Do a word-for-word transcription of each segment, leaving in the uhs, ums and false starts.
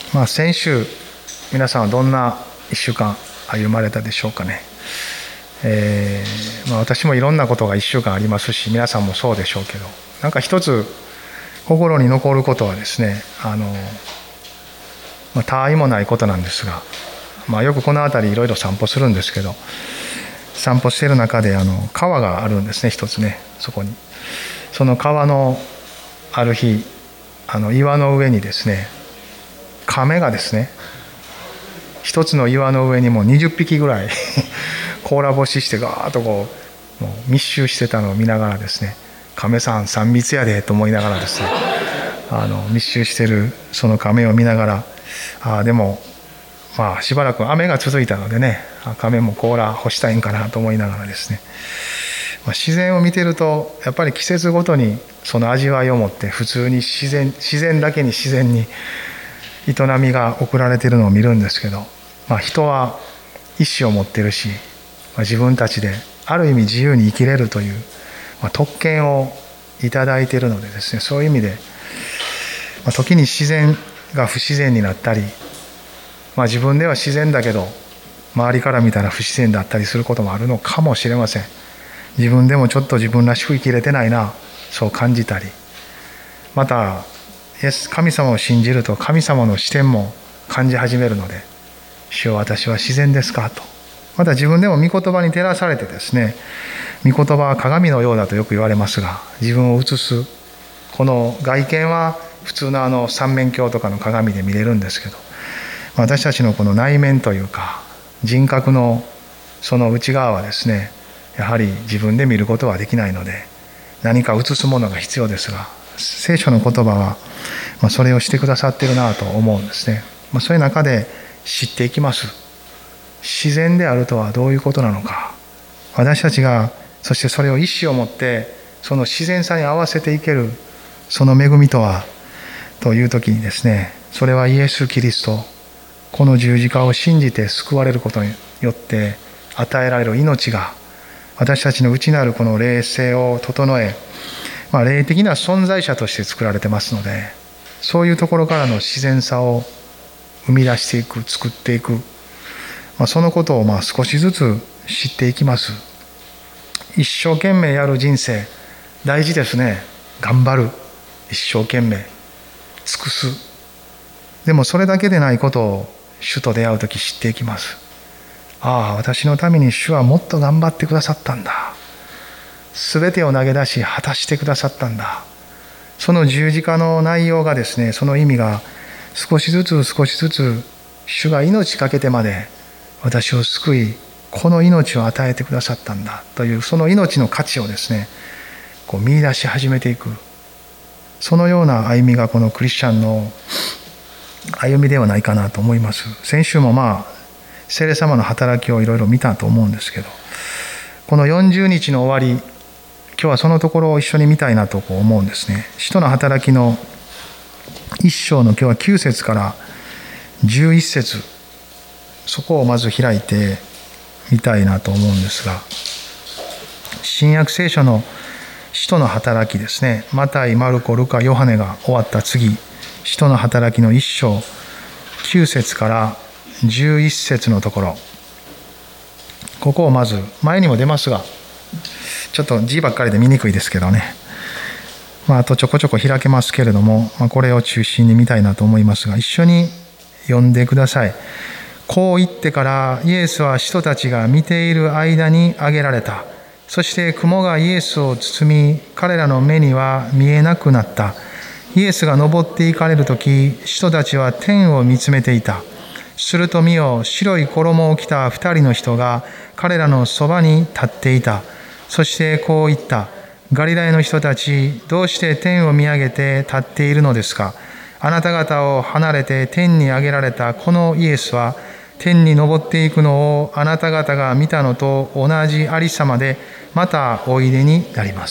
まあ、先週皆さんはどんないっしゅうかん歩まれたでしょうかね。えーまあ、私もいろんなことがいっしゅうかんありますし、皆さんもそうでしょうけど、なんか一つ心に残ることはですね、あの、まあ、他愛もないことなんですが、まあ、よくこの辺りいろいろ散歩するんですけど、散歩している中であの川があるんですね、一つね、そこに。その川のある日、あの岩の上にですね、亀がですね、一つの岩の上にもうにじゅっぴきぐらい甲羅干ししてガーッとこうもう密集してたのを見ながらですね、亀さん三密やでと思いながらですね、あの密集してるその亀を見ながら、あでもまあしばらく雨が続いたのでね、亀も甲羅干したいんかなと思いながらですね、まあ、自然を見てるとやっぱり季節ごとにその味わいを持って、普通に自然自然だけに自然に営みが送られているのを見るんですけど、まあ、人は意志を持っているし、まあ、自分たちである意味自由に生きれるという、まあ、特権をいただいているのでですね、そういう意味で、まあ、時に自然が不自然になったり、まあ、自分では自然だけど周りから見たら不自然だったりすることもあるのかもしれません。自分でもちょっと自分らしく生きれてないな、そう感じたり、また神様を信じると神様の視点も感じ始めるので、主よ私は自然ですかと、また自分でも御言葉に照らされてですね、御言葉は鏡のようだとよく言われますが、自分を映すこの外見は普通のあの三面鏡とかの鏡で見れるんですけど、私たちのこの内面というか人格のその内側はですね、やはり自分で見ることはできないので、何か映すものが必要ですが、聖書の言葉はそれをしてくださっているなと思うんですね。そういう中で知っていきます。自然であるとはどういうことなのか、私たちがそしてそれを意志を持ってその自然さに合わせていけるその恵みとはという時にですね、それはイエス・キリスト、この十字架を信じて救われることによって与えられる命が私たちの内なるこの霊性を整え、まあ、霊的な存在者として作られてますので、そういうところからの自然さを生み出していく、作っていく、まあ、そのことをまあ少しずつ知っていきます。一生懸命やる人生大事ですね。頑張る、一生懸命尽くす。でもそれだけでないことを主と出会うとき知っていきます。ああ、私のために主はもっと頑張ってくださったんだ。すべてを投げ出し果たしてくださったんだ。その十字架の内容がですね、その意味が少しずつ少しずつ主が命かけてまで私を救い、この命を与えてくださったんだという、その命の価値をですね、こう見出し始めていく、そのような歩みがこのクリスチャンの歩みではないかなと思います。先週もまあ聖霊様の働きをいろいろ見たと思うんですけど、このよんじゅうにちの終わり、今日はそのところを一緒に見たいなとこう思うんですね。使徒の働きの一章の今日はきゅう節からじゅういち節、そこをまず開いてみたいなと思うんですが、新約聖書の使徒の働きですね、マタイ、マルコ、ルカ、ヨハネが終わった次、使徒の働きの一章きゅう節からじゅういち節のところ、ここをまず前にも出ますが、ちょっと字ばっかりで見にくいですけどね、まあ、あとちょこちょこ開けますけれども、まあ、これを中心に見たいなと思いますが、一緒に読んでください。こう言ってからイエスは使徒たちが見ている間に挙げられた。そして雲がイエスを包み、彼らの目には見えなくなった。イエスが登っていかれるとき、使徒たちは天を見つめていた。すると見よ、白い衣を着た二人の人が彼らのそばに立っていた。そしてこう言った。ガリラヤの人たち、どうして天を見上げて立っているのですか。あなた方を離れて天に上げられたこのイエスは、天に昇っていくのをあなた方が見たのと同じありさまで、またおいでになります。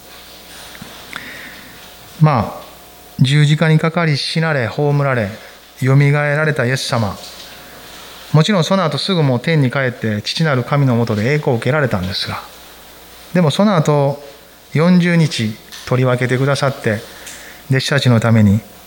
まあ、十字架にかかり死なれ、葬られ、よみがえられたイエス様。もちろんその後すぐもう天に帰って父なる神のもとで栄光を受けられたんですが、でもその後よんじゅうにち取り分けてくださって、弟子たちのために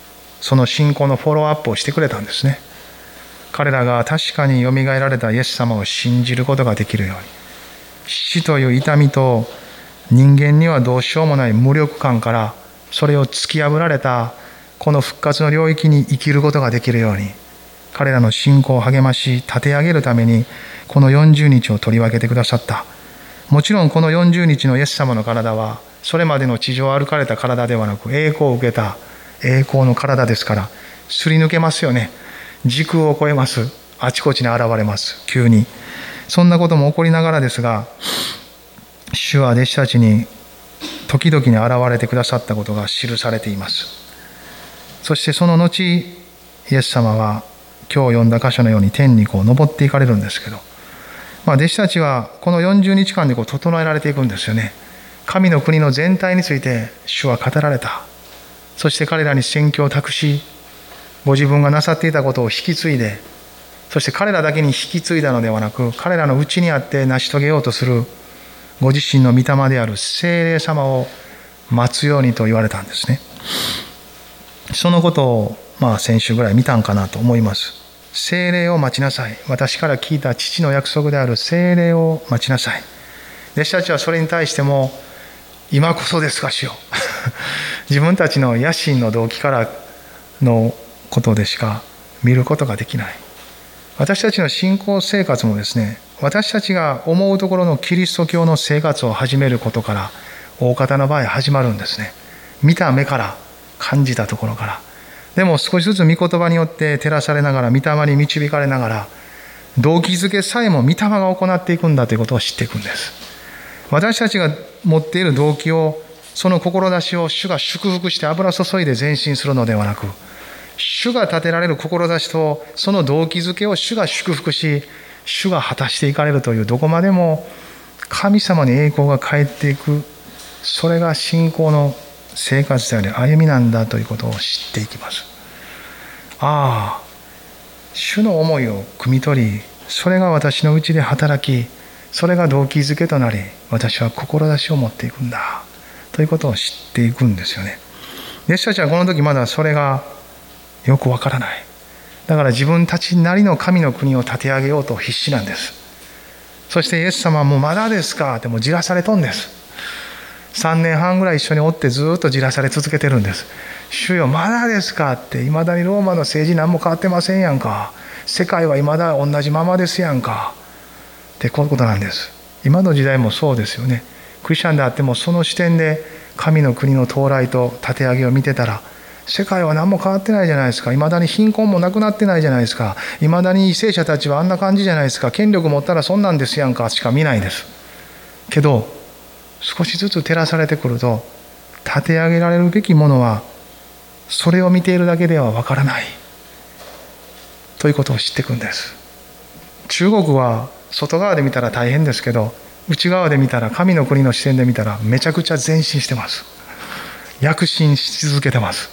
その信仰のフォローアップをしてくれたんですね。彼らが確かによみがえられたイエス様を信じることができるように、死という痛みと人間にはどうしようもない無力感からそれを突き破られたこの復活の領域に生きることができるように、彼らの信仰を励まし立て上げるためにこのよんじゅうにちを取り分けてくださった。もちろんこのよんじゅうにちのイエス様の体はそれまでの地上を歩かれた体ではなく、栄光を受けた栄光の体ですから、すり抜けますよね。時空を超えます。あちこちに現れます。急にそんなことも起こりながらですが、主は弟子たちに時々に現れてくださったことが記されています。そしてその後、イエス様は今日読んだ箇所のように天にこう登っていかれるんですけど、まあ、弟子たちはこのよんじゅうにちかんでこう整えられていくんですよね。神の国の全体について主は語られた。そして彼らに宣教を託し、ご自分がなさっていたことを引き継いで、そして彼らだけに引き継いだのではなく、彼らのうちにあって成し遂げようとするご自身の御霊である聖霊様を待つようにと言われたんですね。そのことをまあ先週ぐらい見たんかなと思います。聖霊を待ちなさい。私から聞いた父の約束である聖霊を待ちなさい。弟子たちはそれに対しても、今こそですか主よ自分たちの野心の動機からのことでしか見ることができない。私たちの信仰生活もですね、私たちが思うところのキリスト教の生活を始めることから大方の場合始まるんですね。見た目から感じたところから。でも少しずつ御言葉によって照らされながら、御霊に導かれながら、動機づけさえも御霊が行っていくんだということを知っていくんです。私たちが持っている動機を、その志を主が祝福して油注いで前進するのではなく、主が立てられる志とその動機づけを主が祝福し、主が果たしていかれるという、どこまでも神様に栄光が返っていく、それが信仰の生活であり歩みなんだということを知っていきます。ああ、主の思いを汲み取り、それが私のうちで働き、それが動機づけとなり、私は志を持っていくんだということを知っていくんですよね。弟子たちはこの時まだそれがよくわからない。だから自分たちなりの神の国を立て上げようと必死なんです。そしてイエス様はもうまだですかってもうじらされとんです。さんねんはんぐらい一緒におってずっとじらされ続けてるんです。主よまだですかって、いまだにローマの政治何も変わってませんやんか。世界はいまだ同じままですやんか。ってこういうことなんです。今の時代もそうですよね。クリスチャンであってもその視点で神の国の到来と立て上げを見てたら、世界は何も変わってないじゃないですか。いまだに貧困もなくなってないじゃないですか。いまだに為政者たちはあんな感じじゃないですか。権力持ったらそんなんですやんかしか見ないです。けど少しずつ照らされてくると、立て上げられるべきものはそれを見ているだけではわからないということを知っていくんです。中国は外側で見たら大変ですけど、内側で見たら、神の国の視点で見たらめちゃくちゃ前進してます。躍進し続けてます。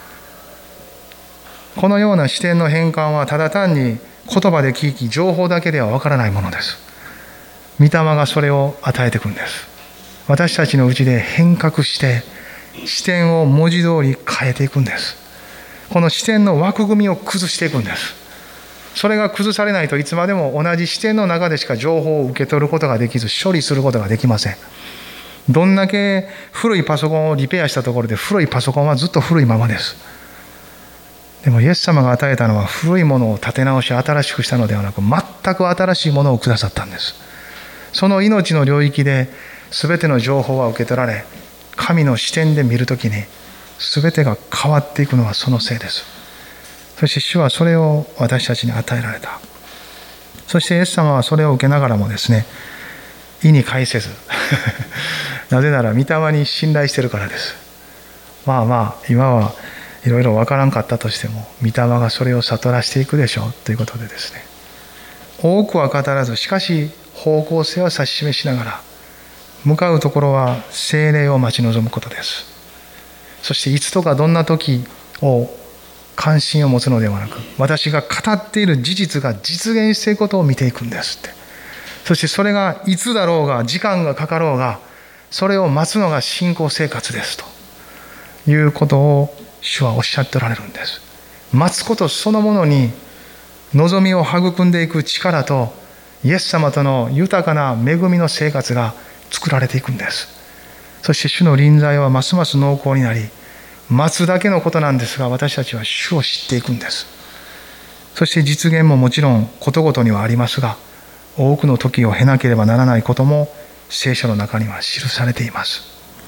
このような視点の変換はただ単に言葉で聞き情報だけではわからないものです。御霊がそれを与えていくんです。私たちのうちで変革して視点を文字通り変えていくんです。この視点の枠組みを崩していくんです。それが崩されないといつまでも同じ視点の中でしか情報を受け取ることができず、処理することができません。どんだけ古いパソコンをリペアしたところで古いパソコンはずっと古いままです。でもイエス様が与えたのは古いものを立て直し新しくしたのではなく、全く新しいものをくださったんです。その命の領域で全ての情報は受け取られ、神の視点で見るときに全てが変わっていくのはそのせいです。そして主はそれを私たちに与えられた。そしてイエス様はそれを受けながらもですね、意に介せずなぜなら御霊に信頼してるからです。まあまあ今はいろいろ分からんかったとしても、御霊がそれを悟らしていくでしょうということでですね、多くは語らず、しかし方向性は指し示しながら、向かうところは聖霊を待ち望むことです。そしていつとかどんな時を関心を持つのではなく、私が語っている事実が実現していることを見ていくんですって。そしてそれがいつだろうが時間がかかろうが、それを待つのが信仰生活ですということを主はおっしゃっておられるんです。 待つことそのものに望みを育んでいく力と、イエス様との豊かな恵みの生活が作られていくんです。そして主の臨在はますます濃厚になり、待つだけのことなんですが、私たちは主を知っていくんです。そして実現ももちろんことごとにはありますが、多くの時を経なければならないことも聖書の中には記されています。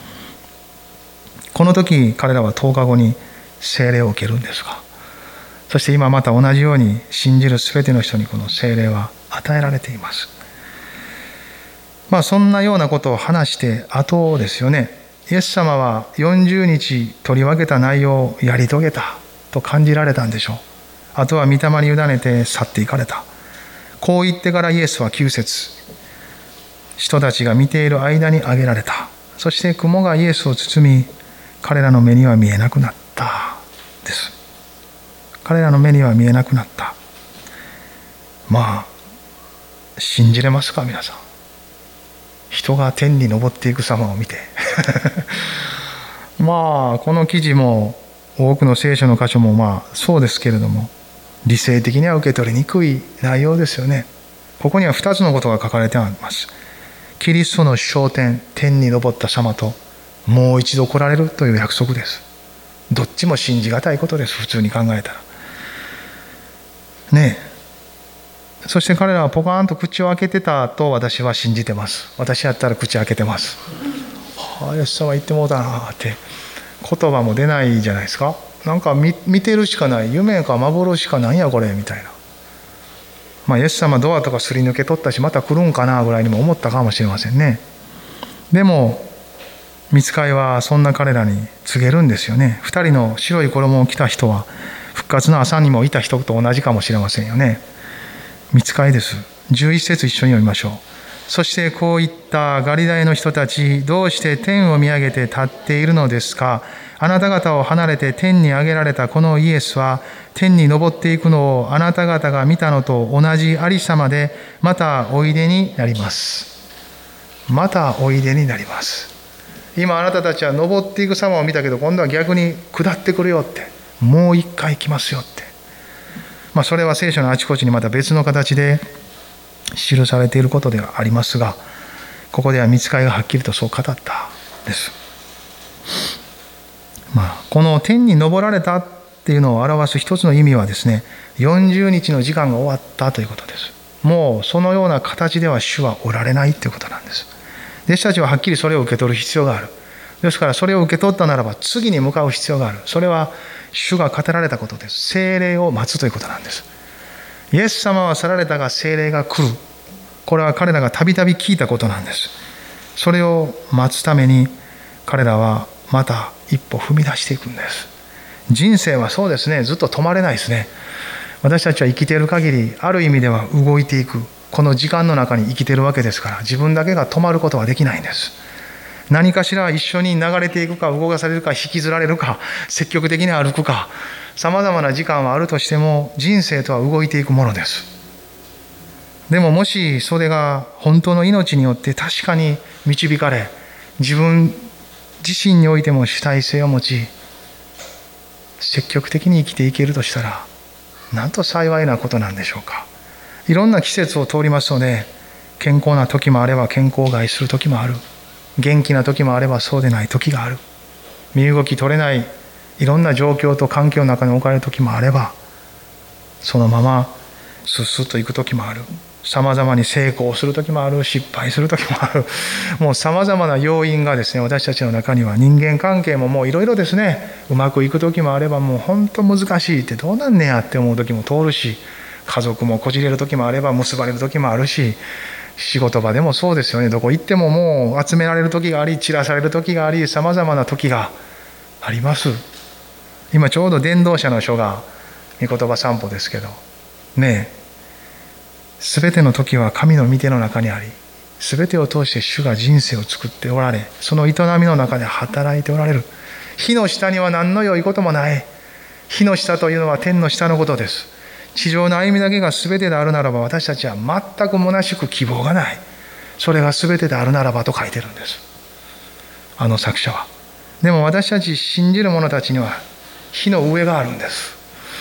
この時彼らはとおかごに聖霊を受けるんですが、そして今また同じように信じるすべての人にこの聖霊は与えられています。まあそんなようなことを話して後ですよね。イエス様はよんじゅうにち取り分けた内容をやり遂げたと感じられたんでしょう。あとは御霊に委ねて去っていかれた。こう言ってからイエスはきゅう節、人たちが見ている間に挙げられた。そして雲がイエスを包み、彼らの目には見えなくなったです。彼らの目には見えなくなった。まあ信じれますか皆さん。人が天に昇っていく様を見てまあこの記事も多くの聖書の箇所もまあそうですけれども、理性的には受け取りにくい内容ですよね。ここにはふたつのことが書かれてあります。キリストの昇天、天に昇った様と、もう一度来られるという約束です。どっちも信じがたいことです。普通に考えたらねえ。そして彼らはポカーンと口を開けてたと私は信じてます。私やったら口開けてます。ああイエス様言ってもうたなって言葉も出ないじゃないですか。なんか 見, 見てるしかない、夢か幻しかなんやこれみたいな。まあイエス様ドアとかすり抜け取ったし、また来るんかなぐらいにも思ったかもしれませんね。でも御使いはそんな彼らに告げるんですよね。二人の白い衣を着た人は復活の朝にもいた人と同じかもしれませんよね。御使いです。じゅういち節一緒に読みましょう。そしてこう言った、ガリラヤの人たち、どうして天を見上げて立っているのですか。あなた方を離れて天に上げられたこのイエスは、天に昇っていくのをあなた方が見たのと同じありさまで、またおいでになります。またおいでになります。今あなたたちは昇っていく様を見たけど、今度は逆に下ってくるよって、もう一回来ますよって。まあそれは聖書のあちこちにまた別の形で記されていることではありますが、ここでは御使いがはっきりとそう語ったです。まあこの天に昇られたっていうのを表す一つの意味はですね、よんじゅうにちの時間が終わったということです。もうそのような形では主はおられないということなんです。弟子たちははっきりそれを受け取る必要がある。ですからそれを受け取ったならば次に向かう必要がある。それは主が語られたことです。聖霊を待つということなんです。イエス様は去られたが聖霊が来る。これは彼らがたびたび聞いたことなんです。それを待つために彼らはまた一歩踏み出していくんです。人生はそうですね、ずっと止まれないですね。私たちは生きている限り、ある意味では動いていく、この時間の中に生きているわけですから、自分だけが止まることはできないんです。何かしら一緒に流れていくか、動かされるか、引きずられるか、積極的に歩くか、さまざまな時間はあるとしても、人生とは動いていくものです。でももしそれが本当の命によって確かに導かれ、自分自身においても主体性を持ち、積極的に生きていけるとしたら、なんと幸いなことなんでしょうか。いろんな季節を通りますので、健康な時もあれば健康を害する時もある。元気な時もあればそうでない時がある。身動き取れないいろんな状況と環境の中に置かれる時もあれば、そのままスッスッと行く時もある。さまざまに成功する時もある。失敗する時もある。もうさまざまな要因がですね、私たちの中には、人間関係ももういろいろですね、うまくいく時もあれば、もう本当難しいってどうなんねやって思う時も通るし、家族もこじれる時もあれば結ばれる時もあるし、仕事場でもそうですよね。どこ行ってももう集められる時があり、散らされる時があり、さまざまな時があります。今ちょうど伝道者の書が御言葉散歩ですけどねえ、すべての時は神の御手の中にあり、すべてを通して主が人生を作っておられ、その営みの中で働いておられる。火の下には何の良いこともない。火の下というのは天の下のことです。地上の歩みだけが全てであるならば、私たちは全く虚しく希望がない。それが全てであるならばと書いてるんです、あの作者は。でも私たち信じる者たちには火の上があるんです。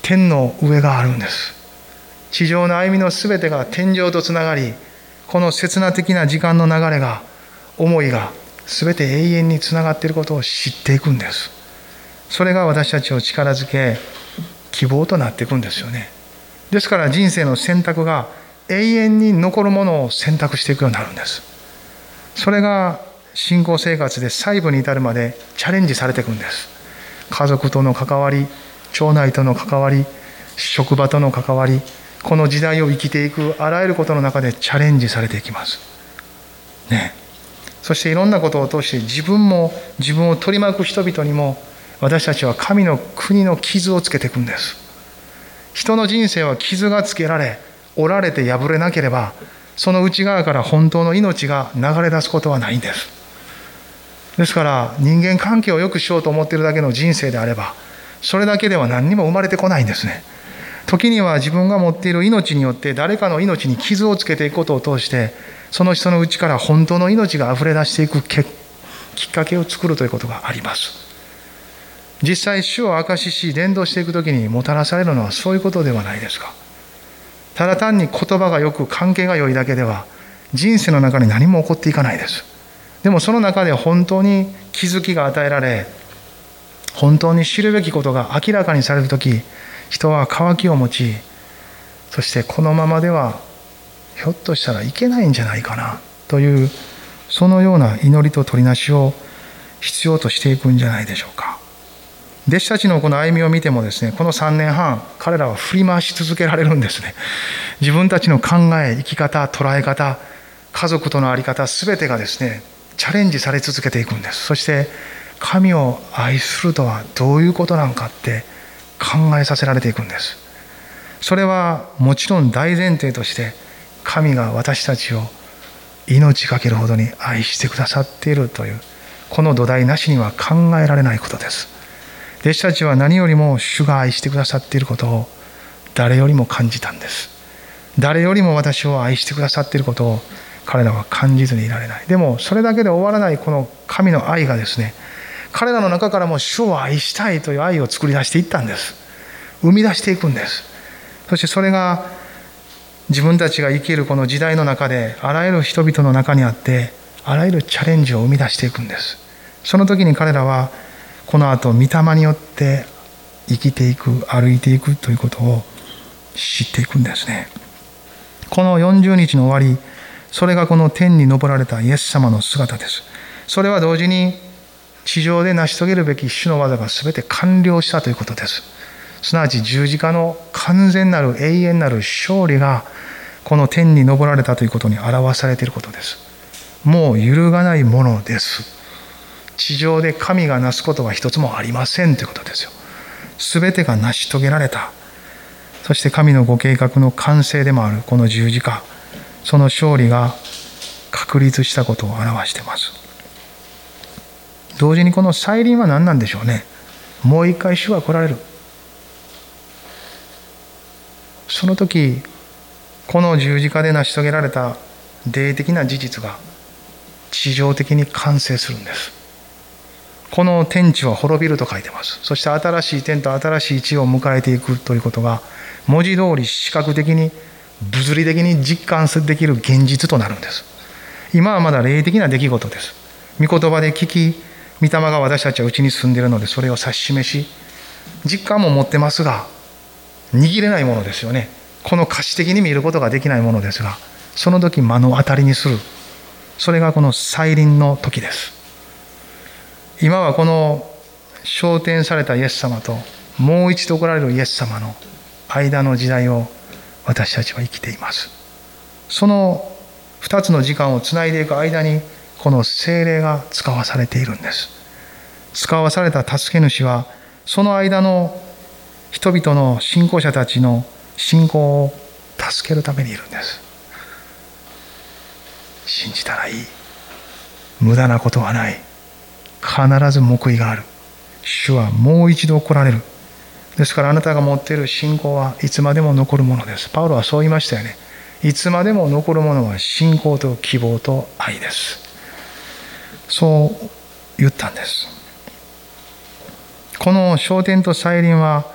天の上があるんです。地上の歩みのすべてが天上とつながり、この刹那的な時間の流れが、思いがすべて永遠につながっていることを知っていくんです。それが私たちを力づけ、希望となっていくんですよね。ですから人生の選択が永遠に残るものを選択していくようになるんです。それが信仰生活で細部に至るまでチャレンジされていくんです。家族との関わり、町内との関わり、職場との関わり、この時代を生きていくあらゆることの中でチャレンジされていきます。ね。そしていろんなことを通して自分も自分を取り巻く人々にも私たちは神の国の傷をつけていくんです。人の人生は傷がつけられ、折られて破れなければ、その内側から本当の命が流れ出すことはないんです。ですから人間関係を良くしようと思っているだけの人生であれば、それだけでは何にも生まれてこないんですね。時には自分が持っている命によって誰かの命に傷をつけていくことを通して、その人の内から本当の命があふれ出していくきっかけを作るということがあります。実際主を証しし伝道していくときにもたらされるのはそういうことではないですか。ただ単に言葉がよく関係が良いだけでは人生の中に何も起こっていかないです。でもその中で本当に気づきが与えられ、本当に知るべきことが明らかにされるとき、人は渇きを持ち、そしてこのままではひょっとしたらいけないんじゃないかなという、そのような祈りと取りなしを必要としていくんじゃないでしょうか。弟子たちのこの歩みを見てもですね、このさんねんはん彼らは振り回し続けられるんですね。自分たちの考え、生き方、捉え方、家族との在り方、すべてがですねチャレンジされ続けていくんです。そして神を愛するとはどういうことなのかって考えさせられていくんです。それはもちろん大前提として、神が私たちを命かけるほどに愛してくださっているという、この土台なしには考えられないことです。弟子たちは何よりも主が愛してくださっていることを誰よりも感じたんです。誰よりも私を愛してくださっていることを彼らは感じずにいられない。でもそれだけで終わらないこの神の愛がですね、彼らの中からも主を愛したいという愛を作り出していったんです。生み出していくんです。そしてそれが自分たちが生きるこの時代の中であらゆる人々の中にあって、あらゆるチャレンジを生み出していくんです。その時に彼らはこの後御霊によって生きていく、歩いていくということを知っていくんですね。このよんじゅうにちの終わり、それがこの天に昇られたイエス様の姿です。それは同時に地上で成し遂げるべき主の技が全て完了したということです。すなわち十字架の完全なる永遠なる勝利がこの天に昇られたということに表されていることです。もう揺るがないものです。地上で神がなすことは一つもありませんということですよ。全てが成し遂げられた。そして神のご計画の完成でもあるこの十字架、その勝利が確立したことを表しています。同時にこの再臨は何なんでしょうね。もう一回主は来られる。その時、この十字架で成し遂げられた霊的な事実が地上的に完成するんです。この天地は滅びると書いてます。そして新しい天と新しい地を迎えていくということが文字通り視覚的に物理的に実感できる現実となるんです。今はまだ霊的な出来事です。御言葉で聞き、御霊が私たちはうちに住んでいるのでそれを指し示し、実感も持ってますが握れないものですよね。この可視的に見ることができないものですが、その時目の当たりにする、それがこの再臨の時です。今はこの昇天されたイエス様ともう一度来られるイエス様の間の時代を私たちは生きています。その二つの時間をつないでいく間にこの聖霊が使わされているんです。使わされた助け主はその間の人々の信仰者たちの信仰を助けるためにいるんです。信じたらいい。無駄なことはない。必ず報いがある。主はもう一度来られる。ですからあなたが持っている信仰はいつまでも残るものです。パウロはそう言いましたよね。いつまでも残るものは信仰と希望と愛です。そう言ったんです。この昇天と再臨は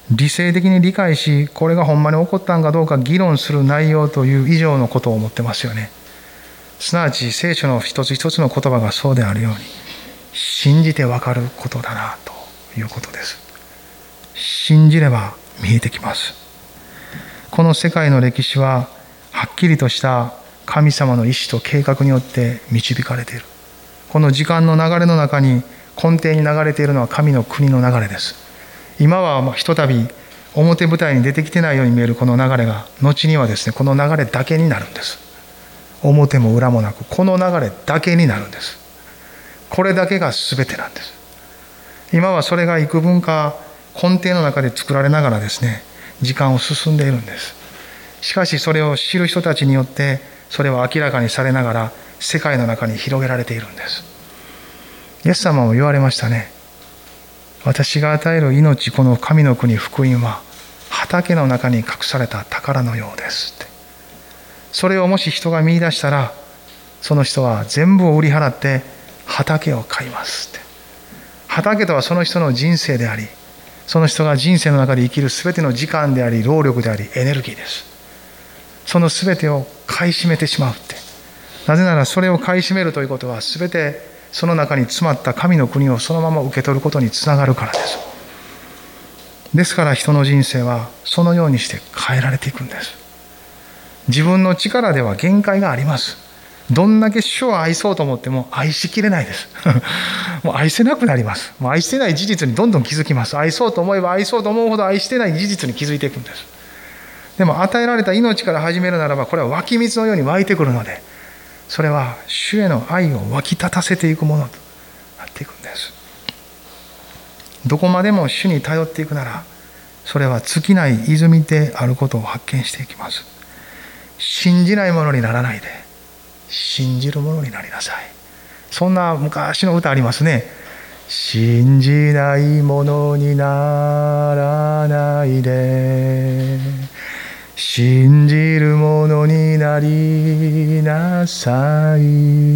理性的に理解し、これがほんまに起こったんかどうか議論する内容という以上のことを思ってますよね。すなわち聖書の一つ一つの言葉がそうであるように、信じてわかることだなということです。信じれば見えてきます。この世界の歴史ははっきりとした神様の意志と計画によって導かれている。この時間の流れの中に根底に流れているのは神の国の流れです。今はひとたび表舞台に出てきてないように見えるこの流れが、後にはですね、この流れだけになるんです。表も裏もなく、この流れだけになるんです。これだけが全てなんです。今はそれが幾分か根底の中で作られながらですね、時間を進んでいるんです。しかしそれを知る人たちによって、それは明らかにされながら世界の中に広げられているんです。イエス様も言われましたね。私が与える命、この神の国福音は畑の中に隠された宝のようですって。それをもし人が見出したら、その人は全部を売り払って畑を買いますって。畑とはその人の人生であり、その人が人生の中で生きるすべての時間であり、労力であり、エネルギーです。そのすべてを買い占めてしまうって。なぜならそれを買い占めるということは、すべてその中に詰まった神の国をそのまま受け取ることにつながるからです。ですから人の人生はそのようにして変えられていくんです。自分の力では限界があります。どんだけ主を愛そうと思っても愛しきれないです。もう愛せなくなります。もう愛してない事実にどんどん気づきます。愛そうと思えば愛そうと思うほど愛してない事実に気づいていくんです。でも与えられた命から始めるならば、これは湧き水のように湧いてくるので、それは主への愛を湧き立たせていくものとなっていくんです。どこまでも主に頼っていくなら、それは尽きない泉であることを発見していきます。信じないものにならないで、信じるものになりなさい。そんな昔の歌ありますね。信じないものにならないで、信じるものになりなさい。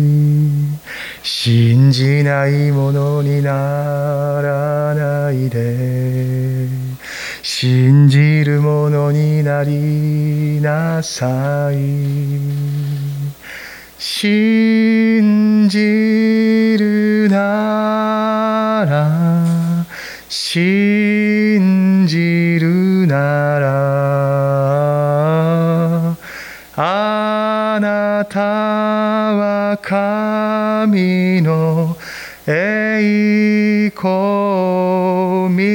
信じないものにならないで、信じるものになりなさい。信じるなら、信じるなら、あなたは神の栄光を見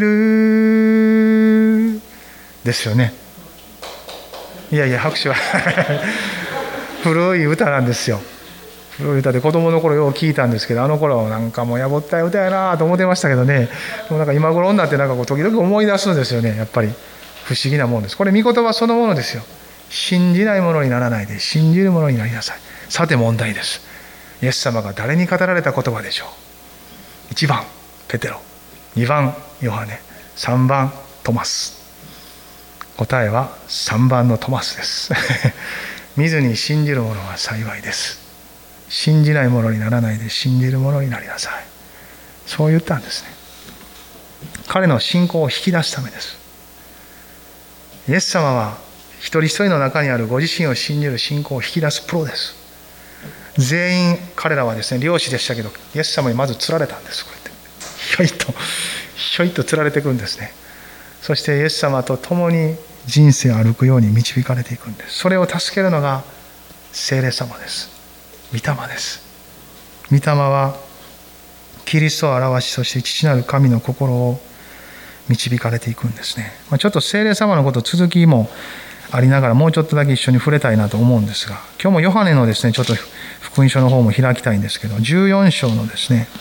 るですよね。いやいや、拍手は古い歌なんですよ。古い歌で子供の頃よう聞いたんですけど、あの頃なんかもうやぼったい歌やなと思ってましたけどね、もうなんか今頃になってなんかこう時々思い出すんですよね。やっぱり不思議なもんです。これ御言葉そのものですよ。信じないものにならないで、信じるものになりなさい。さて問題です。イエス様が誰に語られた言葉でしょう。いちばんペテロ、にばんヨハネ、さんばんトマス。答えはさんばんのトマスです見ずに信じる者は幸いです。信じないものにならないで、信じるものになりなさい。そう言ったんですね。彼の信仰を引き出すためです。イエス様は一人一人の中にあるご自身を信じる信仰を引き出すプロです。全員彼らはですね、漁師でしたけど、イエス様にまず釣られたんです。こうやってひょいとひょいと釣られていくんですね。そしてイエス様と共に人生を歩くように導かれていくんです。それを助けるのが聖霊様です。御霊です。御霊はキリストを表し、そして父なる神の心を導かれていくんですね。まあ、ちょっと聖霊様のこと続きもありながら、もうちょっとだけ一緒に触れたいなと思うんですが、今日もヨハネのですね、ちょっと福音書の方も開きたいんですけど、じゅうよん章のですね、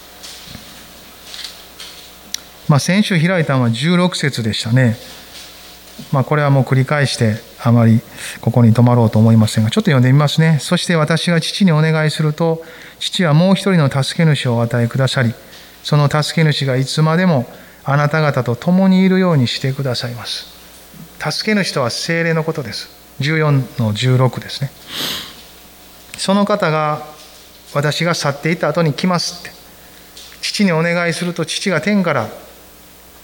まあ、先週開いたのはじゅうろく節でしたね。まあ、これはもう繰り返してあまりここに止まろうと思いませんが、ちょっと読んでみますね。そして私が父にお願いすると、父はもう一人の助け主をお与えくださり、その助け主がいつまでもあなた方と共にいるようにしてくださいます。助け主とは聖霊のことです。じゅうよんのじゅうろくですね。その方が私が去っていった後に来ますって。父にお願いすると、父が天から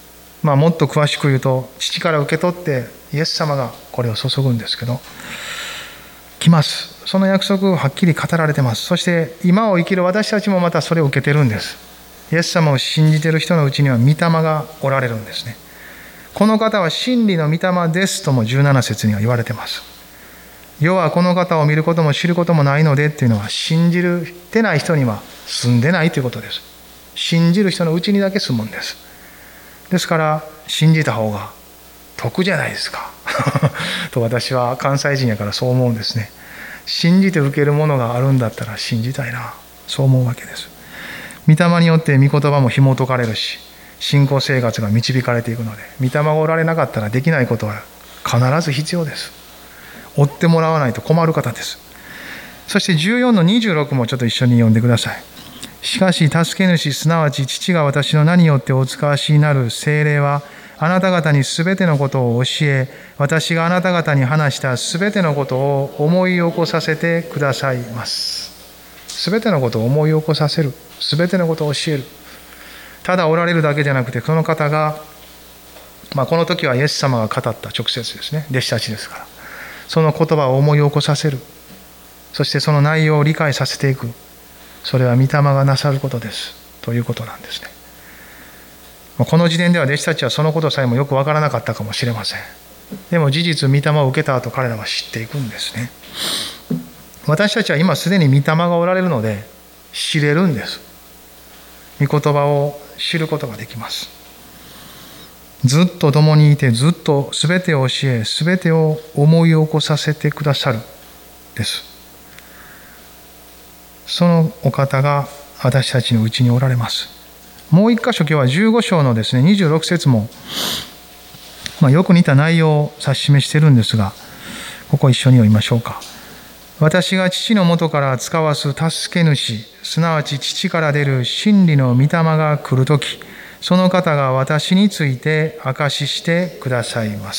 まあ、もっと詳しく言うと父から受け取ってイエス様がこれを注ぐんですけど、来ます。その約束をはっきり語られてます。そして今を生きる私たちもまたそれを受けてるんです。イエス様を信じている人のうちには御霊がおられるんですね。この方は真理の御霊ですともじゅうなな節には言われてます。世はこの方を見ることも知ることもないのでっていうのは、信じてない人には住んでないということです。信じる人のうちにだけ住むんです。ですから信じた方が得じゃないですかと私は関西人やからそう思うんですね。信じて受けるものがあるんだったら信じたいな、そう思うわけです。御霊によって御言葉も紐解かれるし、信仰生活が導かれていくので、御霊がおられなかったらできないことは必ず必要です。追ってもらわないと困る方です。そしてじゅうよんのにじゅうろくもちょっと一緒に読んでください。しかし助け主、すなわち父が私の名によってお使わしになる聖霊は、あなた方にすべてのことを教え、私があなた方に話したすべてのことを思い起こさせてくださいます。すべてのことを思い起こさせる。すべてのことを教える。ただおられるだけじゃなくて、その方が、まあ、この時はイエス様が語った直接ですね。弟子たちですから。その言葉を思い起こさせる。そしてその内容を理解させていく。それは御霊がなさることです。ということなんですね。この時点では弟子たちはそのことさえもよくわからなかったかもしれません。でも事実、御霊を受けた後、彼らは知っていくんですね。私たちは今すでに御霊がおられるので、知れるんです。御言葉を知ることができます。ずっと共にいて、ずっとすべてを教え、すべてを思い起こさせてくださるです。そのお方が私たちのうちにおられます。もう一箇所、今日はじゅうご章のですね、にじゅうろく節も、まあ、よく似た内容を指し示しているんですが、ここ一緒に読みましょうか。私が父のもとから使わす助け主、すなわち父から出る真理の御霊が来るとき、その方が私について証ししてくださいます。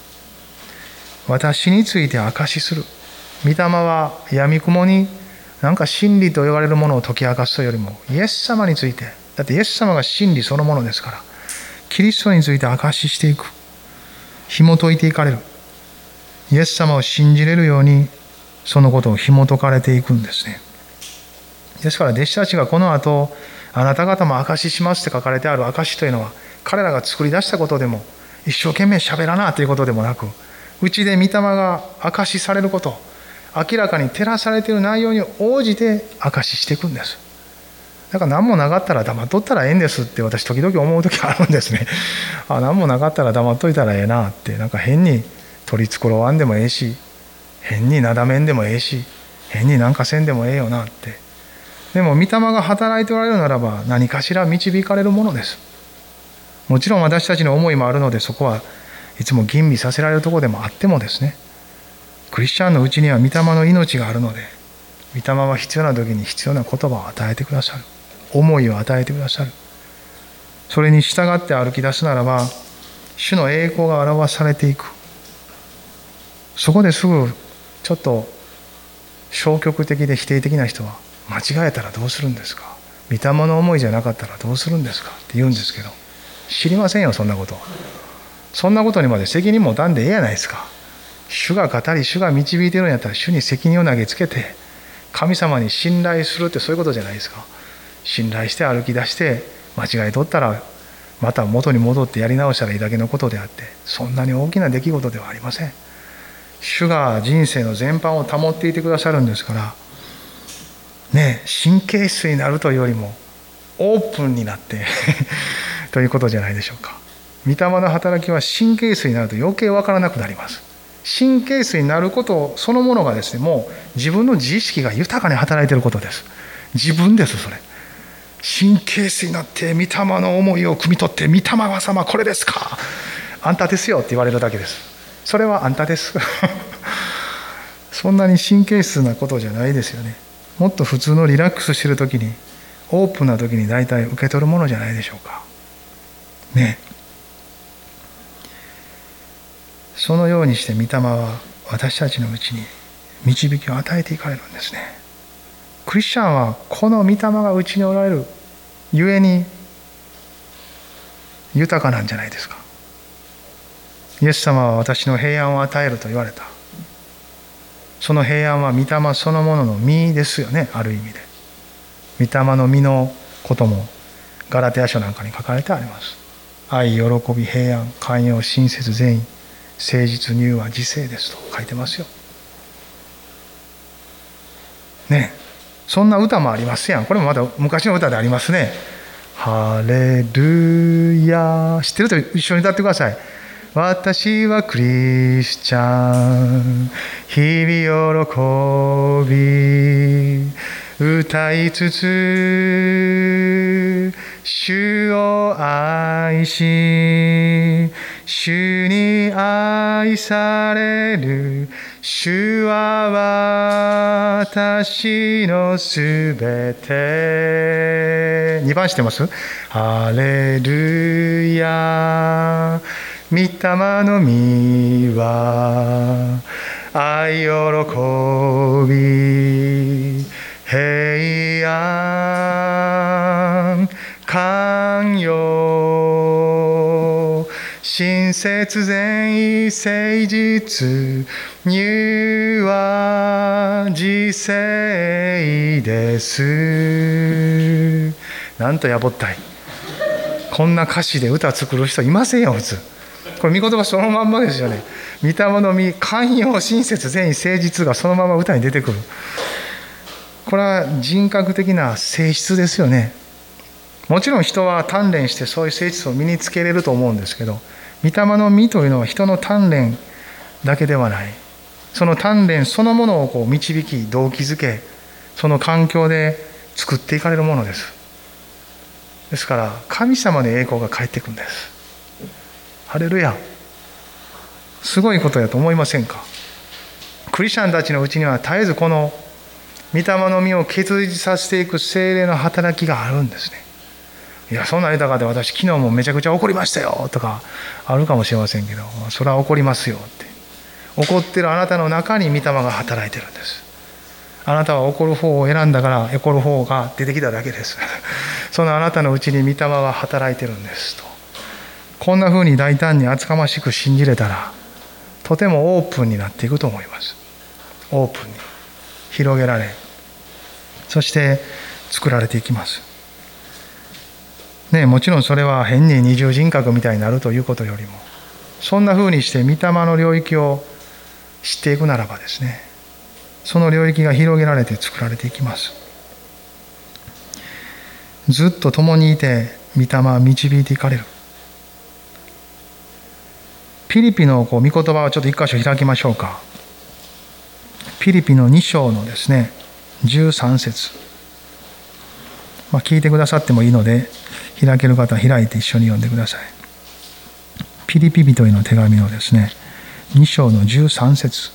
私について証しする。御霊は闇雲になんか真理と言われるものを解き明かすというよりも、イエス様について、だってイエス様が真理そのものですから、キリストについて証ししていく。紐解いていかれる。イエス様を信じれるように、そのことを紐解かれていくんですね。ですから弟子たちがこの後、あなた方も証ししますって書かれてある証しというのは、彼らが作り出したことでも、一生懸命喋らなということでもなく、うちで御霊が証しされること、明らかに照らされている内容に応じて証ししていくんです。だから何もなかったら黙っとったらええんですって私時々思う時あるんですね。あ、何もなかったら黙っといたらええなって、なんか変に取り繕わんでもええし、変になだめんでもええし、変になんかせんでもええよなって。でも御霊が働いておられるならば何かしら導かれるものです。もちろん私たちの思いもあるので、そこはいつも吟味させられるところでもあってもですね、クリスチャンのうちには御霊の命があるので、御霊は必要な時に必要な言葉を与えてくださる。思いを与えてくださる。それに従って歩き出すならば、主の栄光が表されていく。そこですぐちょっと消極的で否定的な人は、間違えたらどうするんですか、御霊の思いじゃなかったらどうするんですかって言うんですけど、知りませんよ、そんなこと。そんなことにまで責任持たんでええやないですか。主が語り、主が導いてるんやったら主に責任を投げつけて、神様に信頼するってそういうことじゃないですか。信頼して歩き出して、間違いとったらまた元に戻ってやり直したらいいだけのことであって、そんなに大きな出来事ではありません。主が人生の全般を保っていてくださるんですからね、神経質になるというよりもオープンになってということじゃないでしょうか。御霊の働きは神経質になると余計わからなくなります。神経質になることそのものがですね、もう自分の自意識が豊かに働いていることです。自分です。それ神経質になって御霊の思いを汲み取って、御霊は様これですか、あんたですよって言われるだけです。それはあんたですそんなに神経質なことじゃないですよね。もっと普通のリラックスしている時に、オープンな時に大体受け取るものじゃないでしょうかね。そのようにして御霊は私たちのうちに導きを与えていかれるんですね。クリスチャンはこの御霊がうちにおられるゆえに豊かなんじゃないですか。イエス様は私の平安を与えると言われた。その平安は御霊そのものの実ですよね、ある意味で。御霊の実のこともガラテヤ書なんかに書かれてあります。愛、喜び、平安、寛容、親切、善意、誠実、柔和、自制ですと書いてますよ。ねえ、そんな歌もありますやん。これもまだ昔の歌でありますね。ハレルヤ、知ってると一緒に歌ってください。私はクリスチャン、日々喜び歌いつつ、主を愛し、主に愛される、主は私のすべて。にばん知ってます？ハレルヤ、御霊の実は愛、喜び、平安、寛容、親切、善意、誠実、柔和、自制です。なんとやぼったい。こんな歌詞で歌作る人いませんよ、普通。これ御言葉そのまんまですよね。御霊の実、寛容、親切、善意、誠実がそのまま歌に出てくる。これは人格的な性質ですよね。もちろん人は鍛錬してそういう性質を身につけれると思うんですけど、御霊の実というのは人の鍛錬だけではない。その鍛錬そのものをこう導き、動機づけ、その環境で作っていかれるものです。ですから神様の栄光が返ってくるんです。ハレルヤ。すごいことやと思いませんか？クリスチャンたちのうちには絶えずこの御霊の実を結実させていく聖霊の働きがあるんですね。いや、そんな豊かで私昨日もめちゃくちゃ怒りましたよとかあるかもしれませんけど、それは怒りますよって。怒ってるあなたの中に御霊が働いてるんです。あなたは怒る方を選んだから怒る方が出てきただけです。そのあなたのうちに御霊は働いてるんですと。こんな風に大胆に厚かましく信じれたら、とてもオープンになっていくと思います。オープンに広げられ、そして作られていきます。ね、もちろんそれは変に二重人格みたいになるということよりも、そんな風にして御霊の領域を知っていくならばですね、その領域が広げられて作られていきます。ずっと共にいて御霊は導いていかれる。ピリピのこう御言葉をちょっと一箇所開きましょうか。ピリピのに章のですね、じゅうさん節。まあ、聞いてくださってもいいので、開ける方は開いて一緒に読んでください。ピリピ人への手紙のですね、に章のじゅうさん節。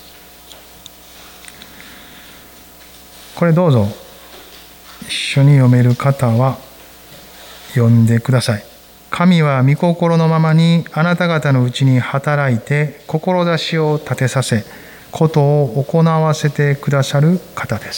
これどうぞ一緒に読める方は読んでください。神は御心のままにあなた方のうちに働いて志を立てさせ、ことを行わせてくださる方です。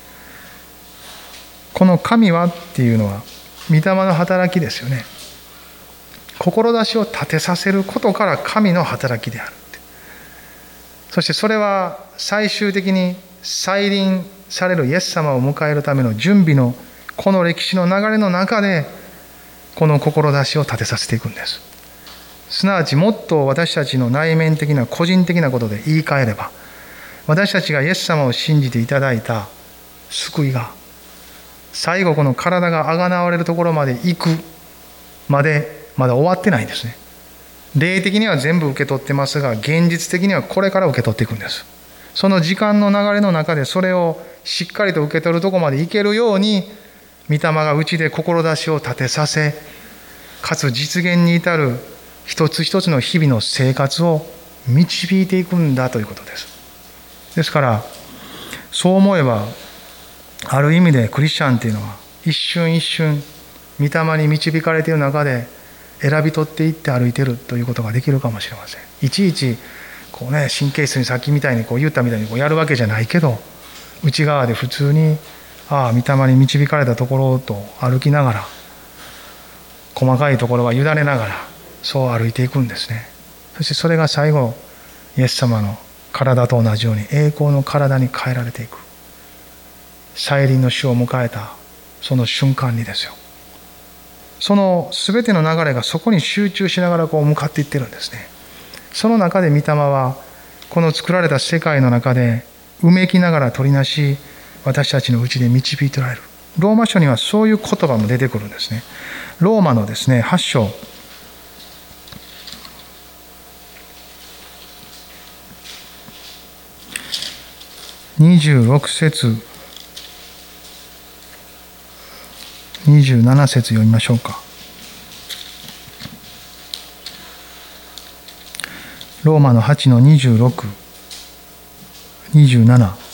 この神はっていうのは御霊の働きですよね。志を立てさせることから神の働きである。そしてそれは最終的に再臨されるイエス様を迎えるための準備のこの歴史の流れの中で、この志を立てさせていくんです。すなわちもっと私たちの内面的な個人的なことで言い換えれば、私たちがイエス様を信じていただいた救いが、最後この体があがなわれるところまで行くまでまだ終わってないんですね。霊的には全部受け取ってますが、現実的にはこれから受け取っていくんです。その時間の流れの中でそれをしっかりと受け取るところまでいけるように、御霊がうちで志を立てさせ、かつ実現に至る一つ一つの日々の生活を導いていくんだということです。ですからそう思えば、ある意味でクリスチャンっていうのは一瞬一瞬御霊に導かれている中で選び取っていって歩いているということができるかもしれません。いちいちこうね、神経質にさっきみたいにこう言ったみたいにこうやるわけじゃないけど、内側で普通に、ああ御霊に導かれたところと歩きながら、 細かいところは委ねながらそう歩いていくんですね。そしてそれが最後イエス様の体と同じように栄光の体に変えられていく、再臨の主を迎えたその瞬間にですよ、その全ての流れがそこに集中しながらこう向かっていってるんですね。その中で御霊はこの作られた世界の中でうめきながら取りなし、私たちのうちで導いておられる。ローマ書にはそういう言葉も出てくるんですね。ローマのですねはち章にじゅうろく節にじゅうなな節読みましょうか。ローマのはちのにじゅうろく、にじゅうなな、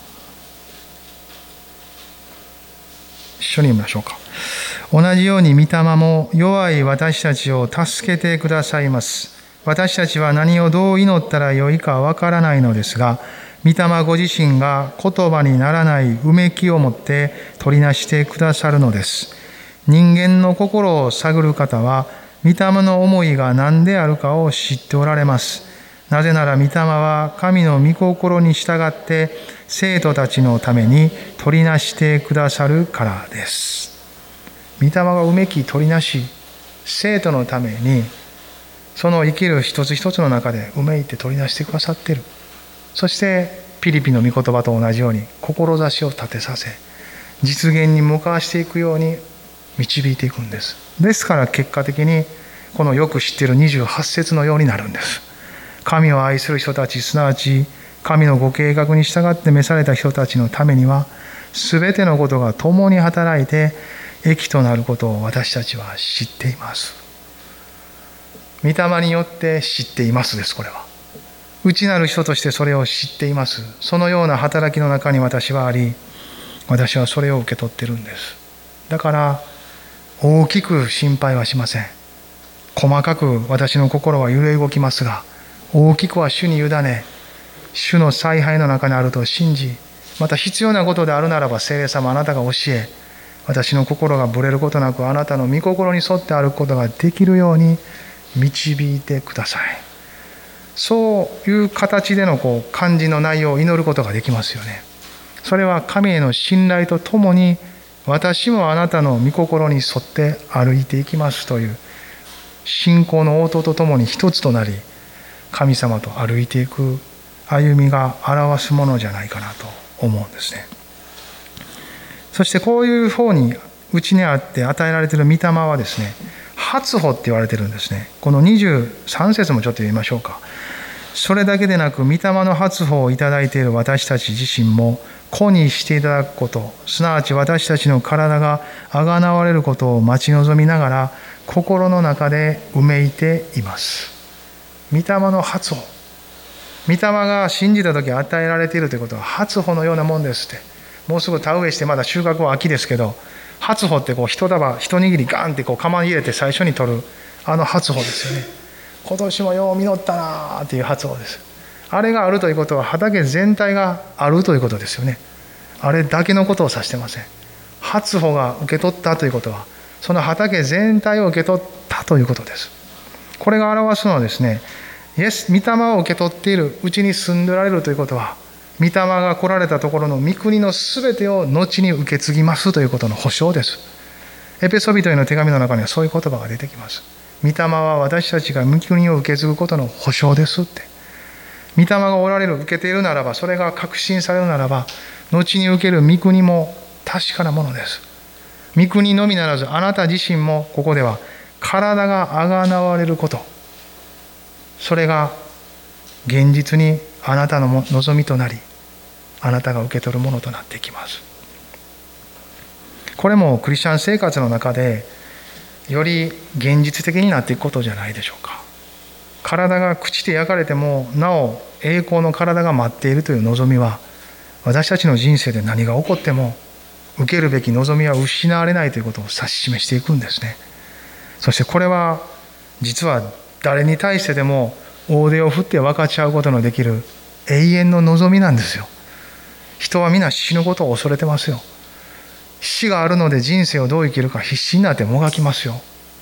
一緒に読みましょうか。同じように御霊も弱い私たちを助けてくださいます。私たちは何をどう祈ったらよいかわからないのですが、御霊ご自身が言葉にならないうめきをもって取りなしてくださるのです。人間の心を探る方は、御霊の思いが何であるかを知っておられます。なぜなら御霊は神の御心に従って生徒たちのために取りなしてくださるからです。御霊がうめき取りなし、生徒のためにその生きる一つ一つの中でうめいて取りなしてくださっている。そしてピリピの御言葉と同じように志を立てさせ、実現に向かわしていくように導いていくんです。ですから結果的にこのよく知っているにじゅうはち節のようになるんです。神を愛する人たち、すなわち神のご計画に従って召された人たちのためには、すべてのことが共に働いて益となることを私たちは知っています。御霊によって知っていますです。これは内なる人としてそれを知っています。そのような働きの中に私はあり、私はそれを受け取っているんです。だから大きく心配はしません。細かく私の心は揺れ動きますが、大きくは主に委ね、主の采配の中にあると信じ、また必要なことであるならば聖霊様あなたが教え、私の心がぶれることなくあなたの御心に沿って歩くことができるように導いてください。そういう形でのこう漢字の内容を祈ることができますよね。それは神への信頼とともに、私もあなたの御心に沿って歩いていきますという信仰の応答とともに一つとなり、神様と歩いていく歩みが表すものじゃないかなと思うんですね。そしてこういう方にうちにあって与えられている御霊はですね、初歩って言われてるんですね。このにじゅうさん節もちょっと読みましょうか。それだけでなく御霊の初歩をいただいている私たち自身も子にしていただくこと、すなわち私たちの体があがなわれることを待ち望みながら心の中でうめいています。御霊の初歩、御霊が信じた時与えられているということは初歩のようなもんですって。もうすぐ田植えしてまだ収穫は秋ですけど、初歩ってこう一束一握りガンってこう釜に入れて最初に取るあの初歩ですよね。今年もよう実ったなっていう初歩です。あれがあるということは畑全体があるということですよね。あれだけのことを指してません。初歩が受け取ったということはその畑全体を受け取ったということです。これが表すのはですね、イエス御霊を受け取っているうちに住んでおられるということは、御霊が来られたところの御国のすべてを後に受け継ぎますということの保証です。エペソビトへの手紙の中にはそういう言葉が出てきます。御霊は私たちが御国を受け継ぐことの保証ですって。御霊がおられる、受けているならば、それが確信されるならば、後に受ける御国も確かなものです。御国のみならずあなた自身もここでは体があがなわれること、それが現実にあなたの望みとなり、あなたが受け取るものとなっていきます。これもクリスチャン生活の中でより現実的になっていくことじゃないでしょうか。体が朽ちて焼かれてもなお栄光の体が待っているという望みは、私たちの人生で何が起こっても受けるべき望みは失われないということを指し示していくんですね。そしてこれは実は誰に対してでも大手を振って分かち合うことのできる永遠の望みなんですよ。人は皆死ぬことを恐れてますよ。死があるので人生をどう生きるか必死になってもがきますよ。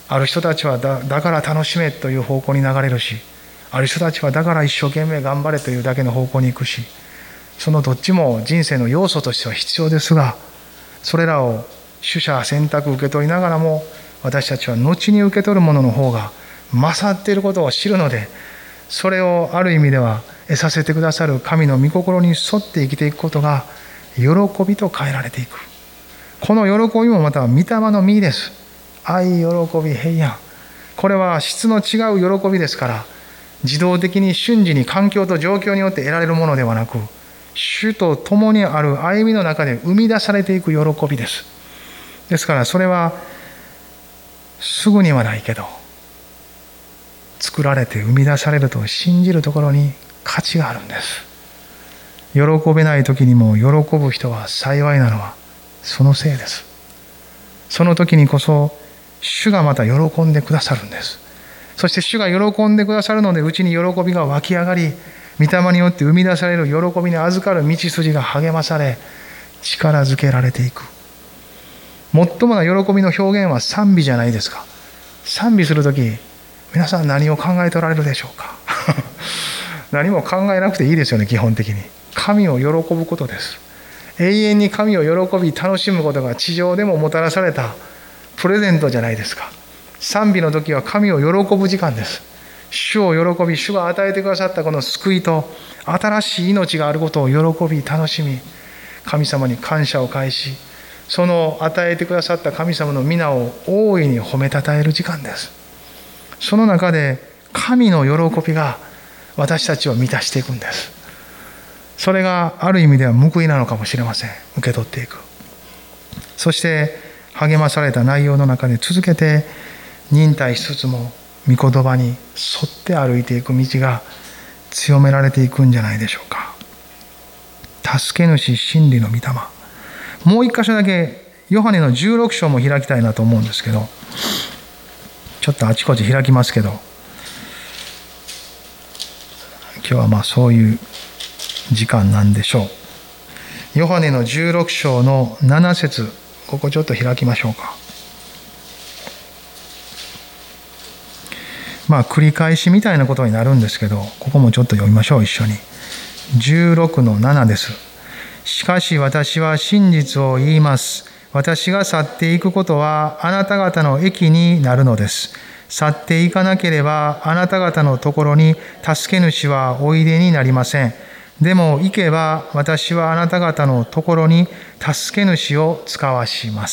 ある人たちは だ, だから楽しめという方向に流れるし、ある人たちはだから一生懸命頑張れというだけの方向に行くし、そのどっちも人生の要素としては必要ですが、それらを取捨選択受け取りながらも、私たちは後に受け取るものの方が勝っていることを知るので、それをある意味では得させてくださる神の御心に沿って生きていくことが喜びと変えられていく。この喜びもまたは御霊の実です。愛、喜び、平安。これは質の違う喜びですから、自動的に瞬時に環境と状況によって得られるものではなく、主と共にある歩みの中で生み出されていく喜びです。ですからそれはすぐにはないけど、作られて生み出されると信じるところに価値があるんです。喜べない時にも喜ぶ人は幸いなのはそのせいです。その時にこそ主がまた喜んでくださるんです。そして主が喜んでくださるので、うちに喜びが湧き上がり、御霊によって生み出される喜びに預かる道筋が励まされ、力づけられていく。最もな喜びの表現は賛美じゃないですか。賛美するとき、皆さん何を考えておられるでしょうか。何も考えなくていいですよね、基本的に。神を喜ぶことです。永遠に神を喜び楽しむことが地上でももたらされたプレゼントじゃないですか。賛美の時は神を喜ぶ時間です。主を喜び、主が与えてくださったこの救いと新しい命があることを喜び楽しみ、神様に感謝を返し、その与えてくださった神様の皆を大いに褒めたたえる時間です。その中で神の喜びが私たちを満たしていくんです。それがある意味では報いなのかもしれません。受け取っていく。そして励まされた内容の中で続けて忍耐しつつも御言葉に沿って歩いていく道が強められていくんじゃないでしょうか。助け主真理の御霊。もう一箇所だけヨハネのじゅうろく章も開きたいなと思うんですけど、ちょっとあちこち開きますけど、今日はまあそういう時間なんでしょう。ヨハネのじゅうろく章のなな節、ここちょっと開きましょうか。まあ繰り返しみたいなことになるんですけど、ここもちょっと読みましょう、一緒に。じゅうろくのななです。しかし私は真実を言います。私が去っていくことはあなた方の益になるのです。去っていかなければあなた方のところに助け主はおいでになりません。でも行けば私はあなた方のところに助け主を使わします。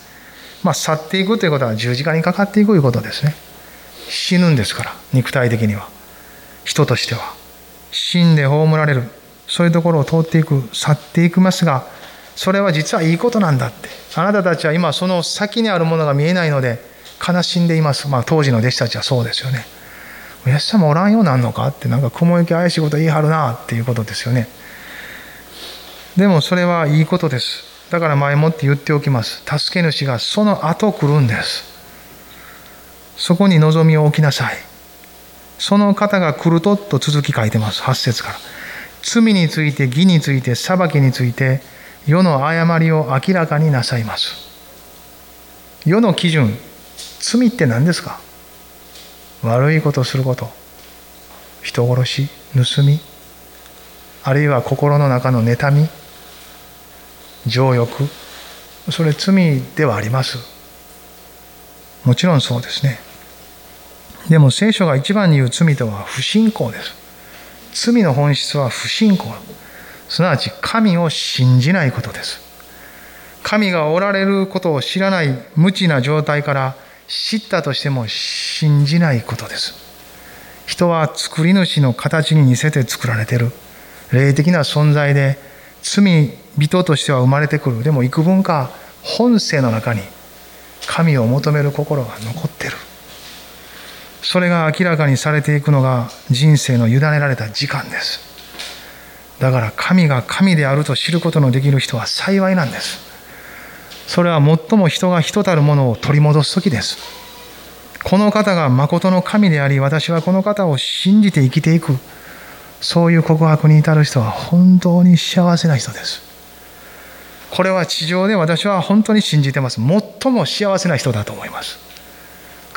まあ去っていくということは十字架にかかっていくということですね。死ぬんですから、肉体的には。人としては。死んで葬られる。そういうところを通っていく、去っていきますが、それは実はいいことなんだって。あなたたちは今その先にあるものが見えないので悲しんでいます。まあ当時の弟子たちはそうですよね。イエス様おらんようなんのかって、なんか雲行き怪しいこと言い張るなっていうことですよね。でもそれはいいことです。だから前もって言っておきます。助け主がその後来るんです。そこに望みを置きなさい。その方が来るとと続き書いてます。はち節から。罪について、義について、裁きについて、世の誤りを明らかになさいます。世の基準、罪って何ですか？悪いことをすること。人殺し、盗み、あるいは心の中の妬み、情欲。それ罪ではあります。もちろんそうですね。でも聖書が一番に言う罪とは不信仰です。罪の本質は不信仰。すなわち神を信じないことです。神がおられることを知らない無知な状態から知ったとしても信じないことです。人は作り主の形に似せて作られている。霊的な存在で罪人としては生まれてくる。でも幾分か本性の中に神を求める心が残っている。それが明らかにされていくのが人生の委ねられた時間です。だから神が神であると知ることのできる人は幸いなんです。それは最も人が人たるものを取り戻す時です。この方が誠の神であり、私はこの方を信じて生きていく。そういう告白に至る人は本当に幸せな人です。これは地上で私は本当に信じてます。最も幸せな人だと思います。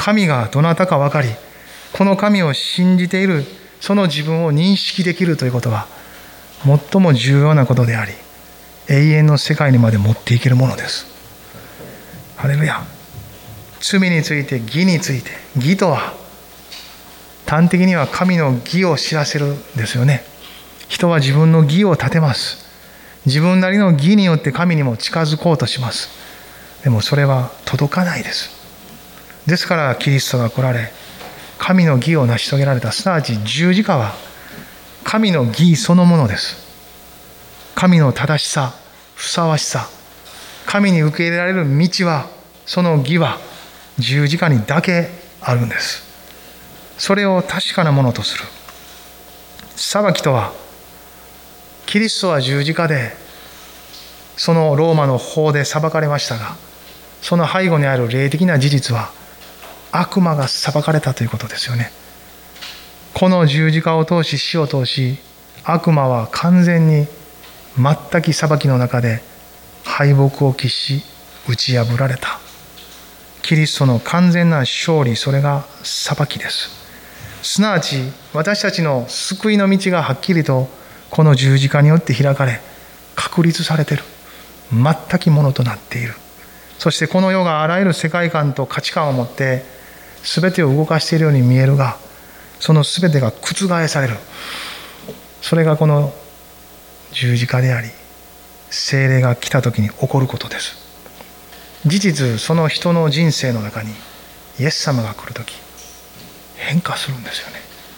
神がどなたか分かり、この神を信じているその自分を認識できるということは最も重要なことであり、永遠の世界にまで持っていけるものです。ハレルヤ。罪について、義について、義とは端的には神の義を知らせるんですよね。人は自分の義を立てます。自分なりの義によって神にも近づこうとします。でもそれは届かないです。ですからキリストが来られ、神の義を成し遂げられた、すなわち十字架は神の義そのものです。神の正しさ、ふさわしさ、神に受け入れられる道は、その義は十字架にだけあるんです。それを確かなものとする。裁きとは、キリストは十字架でそのローマの法で裁かれましたが、その背後にある霊的な事実は悪魔が裁かれたということですよね。この十字架を通し、死を通し、悪魔は完全に全く裁きの中で敗北を喫し打ち破られた。キリストの完全な勝利、それが裁きです。すなわち私たちの救いの道がはっきりとこの十字架によって開かれ、確立されている、全くものとなっている。そしてこの世があらゆる世界観と価値観を持って全てを動かしているように見えるが、その全てが覆される。それがこの十字架であり、聖霊が来た時に起こることです。事実、その人の人生の中にイエス様が来る時、変化するんですよね。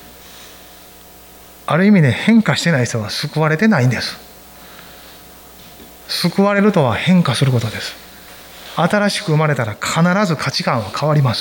ある意味で変化してない人は救われてないんです。救われるとは変化することです。新しく生まれたら必ず価値観は変わります。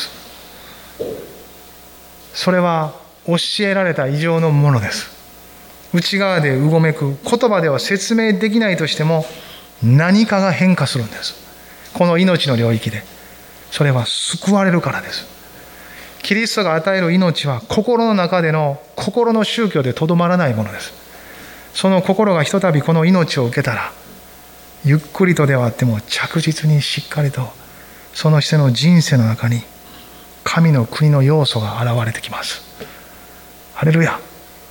それは教えられた以上のものです。内側でうごめく、言葉では説明できないとしても何かが変化するんです。この命の領域で。それは救われるからです。キリストが与える命は心の中での心の宗教でとどまらないものです。その心がひとたびこの命を受けたら、ゆっくりとではあっても着実にしっかりとその人の人生の中に神の国の要素が現れてきます。ハレルヤ。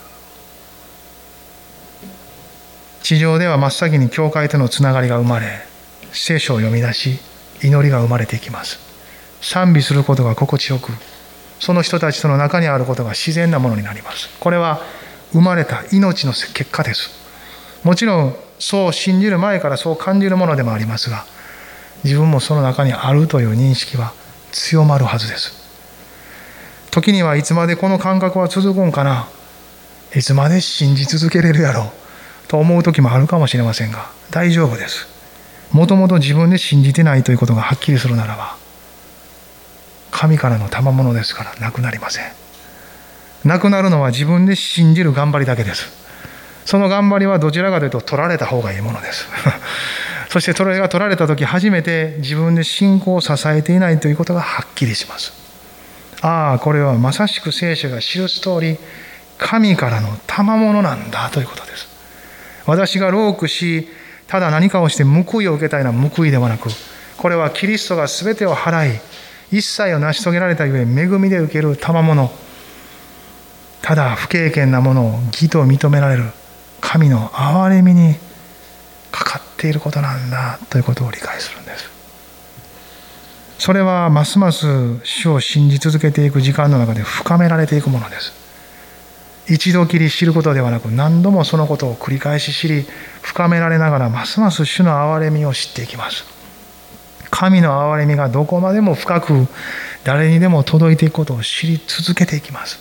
地上では真っ先に教会とのつながりが生まれ、聖書を読み出し、祈りが生まれていきます。賛美することが心地よく、その人たちとの中にあることが自然なものになります。これは生まれた命の結果です。もちろんそう信じる前からそう感じるものでもありますが、自分もその中にあるという認識は強まるはずです。時にはいつまでこの感覚は続くんかな、いつまで信じ続けれるやろうと思う時もあるかもしれませんが、大丈夫です。もともと自分で信じてないということがはっきりするならば、神からの賜物ですからなくなりません。なくなるのは自分で信じる頑張りだけです。その頑張りはどちらかというと取られた方がいいものです。そしてそれが取られた時初めて自分で信仰を支えていないということがはっきりします。ああ、これはまさしく聖書が記す通り、神からの賜物なんだということです。私が労苦し、ただ何かをして報いを受けたいのは報いではなく、これはキリストが全てを払い、一切を成し遂げられたゆえ恵みで受ける賜物、ただ不経験なものを義と認められる神の憐れみにかかっていることなんだということを理解するんです。それはますます主を信じ続けていく時間の中で深められていくものです。一度きり知ることではなく、何度もそのことを繰り返し知り、深められながらますます主の憐れみを知っていきます。神の憐れみがどこまでも深く誰にでも届いていくことを知り続けていきます。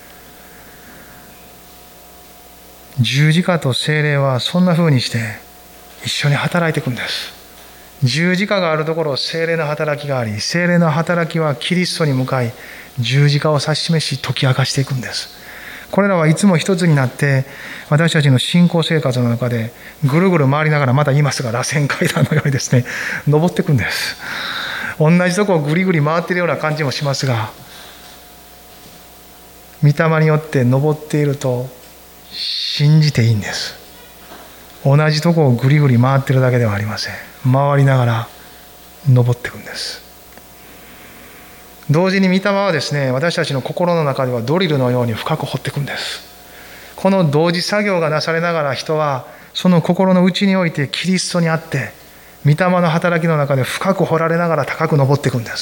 十字架と聖霊はそんな風にして一緒に働いていくんです。十字架があるところ、聖霊の働きがあり、聖霊の働きはキリストに向かい十字架を指し示し解き明かしていくんです。これらはいつも一つになって私たちの信仰生活の中でぐるぐる回りながら、また言いますが螺旋階段のようにですね、登っていくんです。同じとこをぐりぐり回っているような感じもしますが、御霊によって登っていると信じていいんです。同じとこをぐりぐり回っているだけではありません。回りながら登っていくんです。 同時に御霊はですね、私たちの心の中ではドリルのように深く掘っていくんです。この同時作業がなされながら、人はその心の内においてキリストにあって、御霊の働きの中で深く掘られながら高く登っていくんです。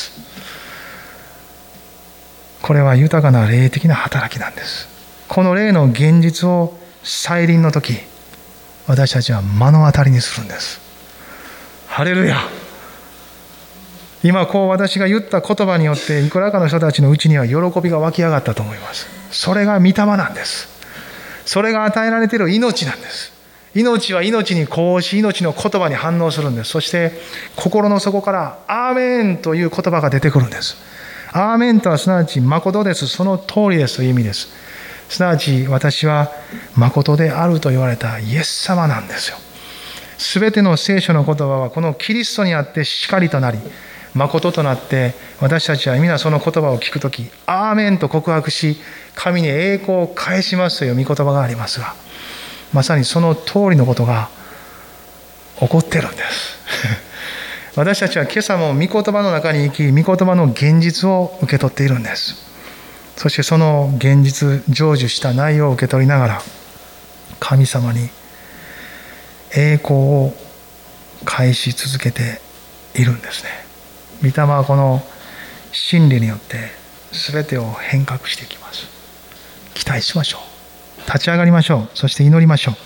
これは豊かな霊的な働きなんです。この霊の現実を再臨の時、私たちは目の当たりにするんです。ハレルヤ。今こう私が言った言葉によって、いくらかの人たちのうちには喜びが湧き上がったと思います。それが御霊なんです。それが与えられている命なんです。命は命に呼応し、命の言葉に反応するんです。そして心の底からアーメンという言葉が出てくるんです。アーメンとはすなわち誠です、その通りですという意味です。すなわち私は誠であると言われたイエス様なんですよ。すべての聖書の言葉はこのキリストにあってしかりとなり、誠となって、私たちは皆その言葉を聞くとき、アーメンと告白し、神に栄光を返しますという御言葉がありますが、まさにその通りのことが起こってるんです。私たちは今朝も御言葉の中に生き、御言葉の現実を受け取っているんです。そしてその現実、成就した内容を受け取りながら、神様に栄光を返し続けているんですね。御霊はこの真理によって全てを変革していきます。期待しましょう。立ち上がりましょう。そして祈りましょう。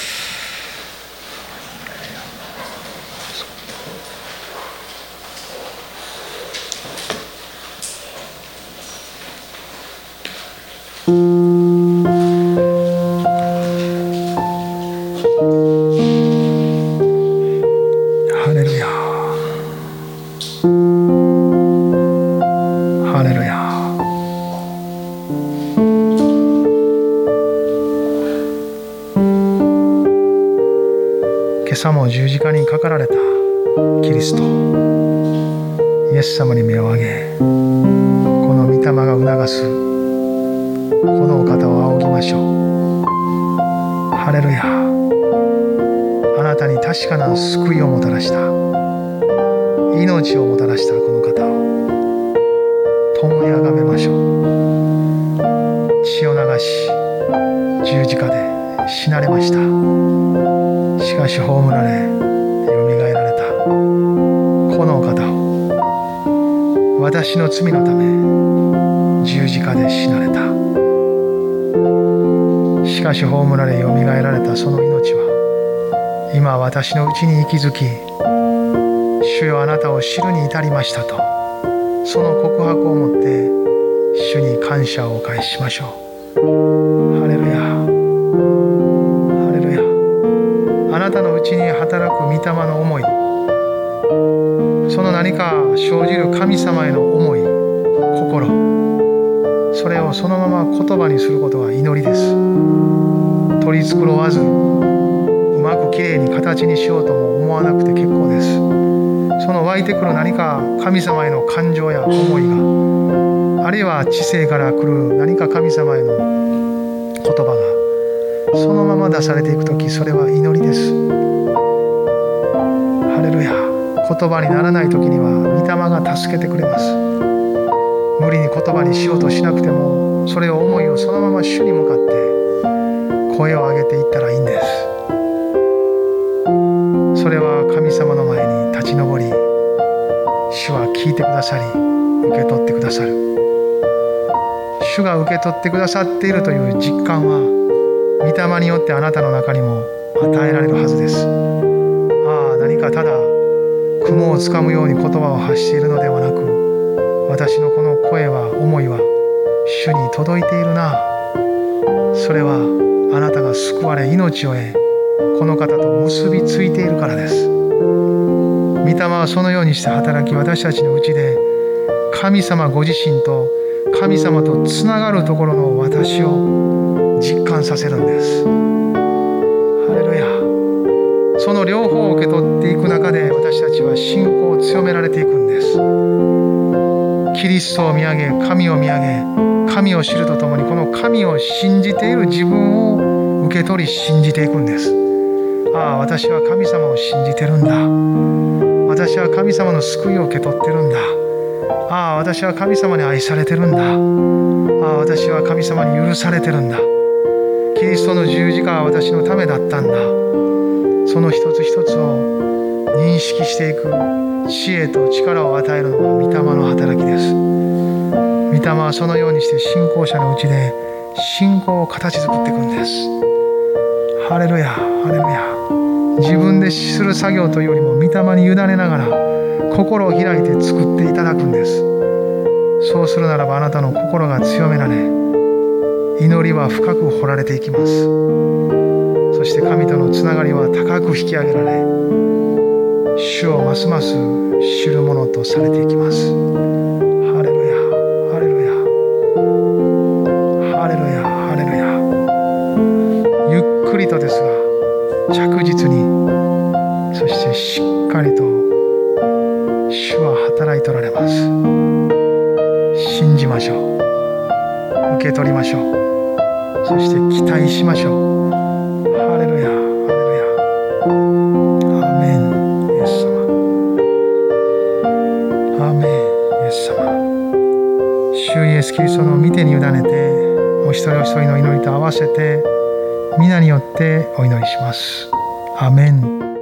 今朝も十字架にかかられたキリストイエス様に目を上げ、この御霊が促すこのお方を仰ぎましょう。ハレルヤ。あなたに確かな救いをもたらした、命をもたらしたこの方を共にあがめましょう。血を流し十字架で死なれました。しかし葬られよみがえられたこのお方を、私の罪のため十字架で死なれた。しかし葬られよみがえられたその命は今私のうちに息づき、主よあなたを知るに至りましたと、その告白をもって主に感謝をお返ししましょう。ハレルヤ。あなたのうちに働く御霊の思い、その何か生じる神様への思い、心、それをそのまま言葉にすることが祈りです。取り繕わず、うまくきれいに形にしようとも思わなくて結構です。その湧いてくる何か神様への感情や思いが、あるいは知性から来る何か神様への言葉がそのまま出されていくとき、それは祈りです。ハレルヤ。言葉にならないときには御霊が助けてくれます。無理に言葉にしようとしなくても、それを思いをそのまま主に向かって声を上げていったらいいんです。それは神様の前に立ち上り、主は聞いてくださり受け取ってくださる。主が受け取ってくださっているという実感は御霊によってあなたの中にも与えられるはずです。ああ、何かただ雲をつかむように言葉を発しているのではなく、私のこの声は思いは主に届いているな。それはあなたが救われ命を得、この方と結びついているからです。御霊はそのようにして働き、私たちのうちで神様ご自身と神様とつながるところの私を実感させるんです。ハレルヤ。その両方を受け取っていく中で、私たちは信仰を強められていくんです。キリストを見上げ、神を見上げ、神を知るとともに、この神を信じている自分を受け取り信じていくんです。ああ、私は神様を信じてるんだ。私は神様の救いを受け取ってるんだ。 ああ、私は神様に愛されてるんだ。ああ、私は神様に許されてるんだ。キリストの十字架は私のためだったんだ。その一つ一つを認識していく知恵と力を与えるのが御霊の働きです。御霊はそのようにして信仰者のうちで信仰を形作っていくんです。ハレルヤ、ハレルヤ。自分でする作業というよりも御霊に委ねながら心を開いて作っていただくんです。そうするならばあなたの心が強められ、祈りは深く掘られていきます。そして神とのつながりは高く引き上げられ、主をますます知るものとされていきます。ハレルヤ、ハレルヤ、ハレルヤ、ハレルヤ。ゆっくりとですが着実に、そしてしっかりと主は働いておられます。信じましょう。受け取りましょう。そして期待しましょう。ハレルヤ、ハレルヤ。アーメン、イエス様。アーメン、イエス様。主イエスキリストの御手に委ねて、お一人お一人の祈りと合わせて皆によってお祈りします。アーメン。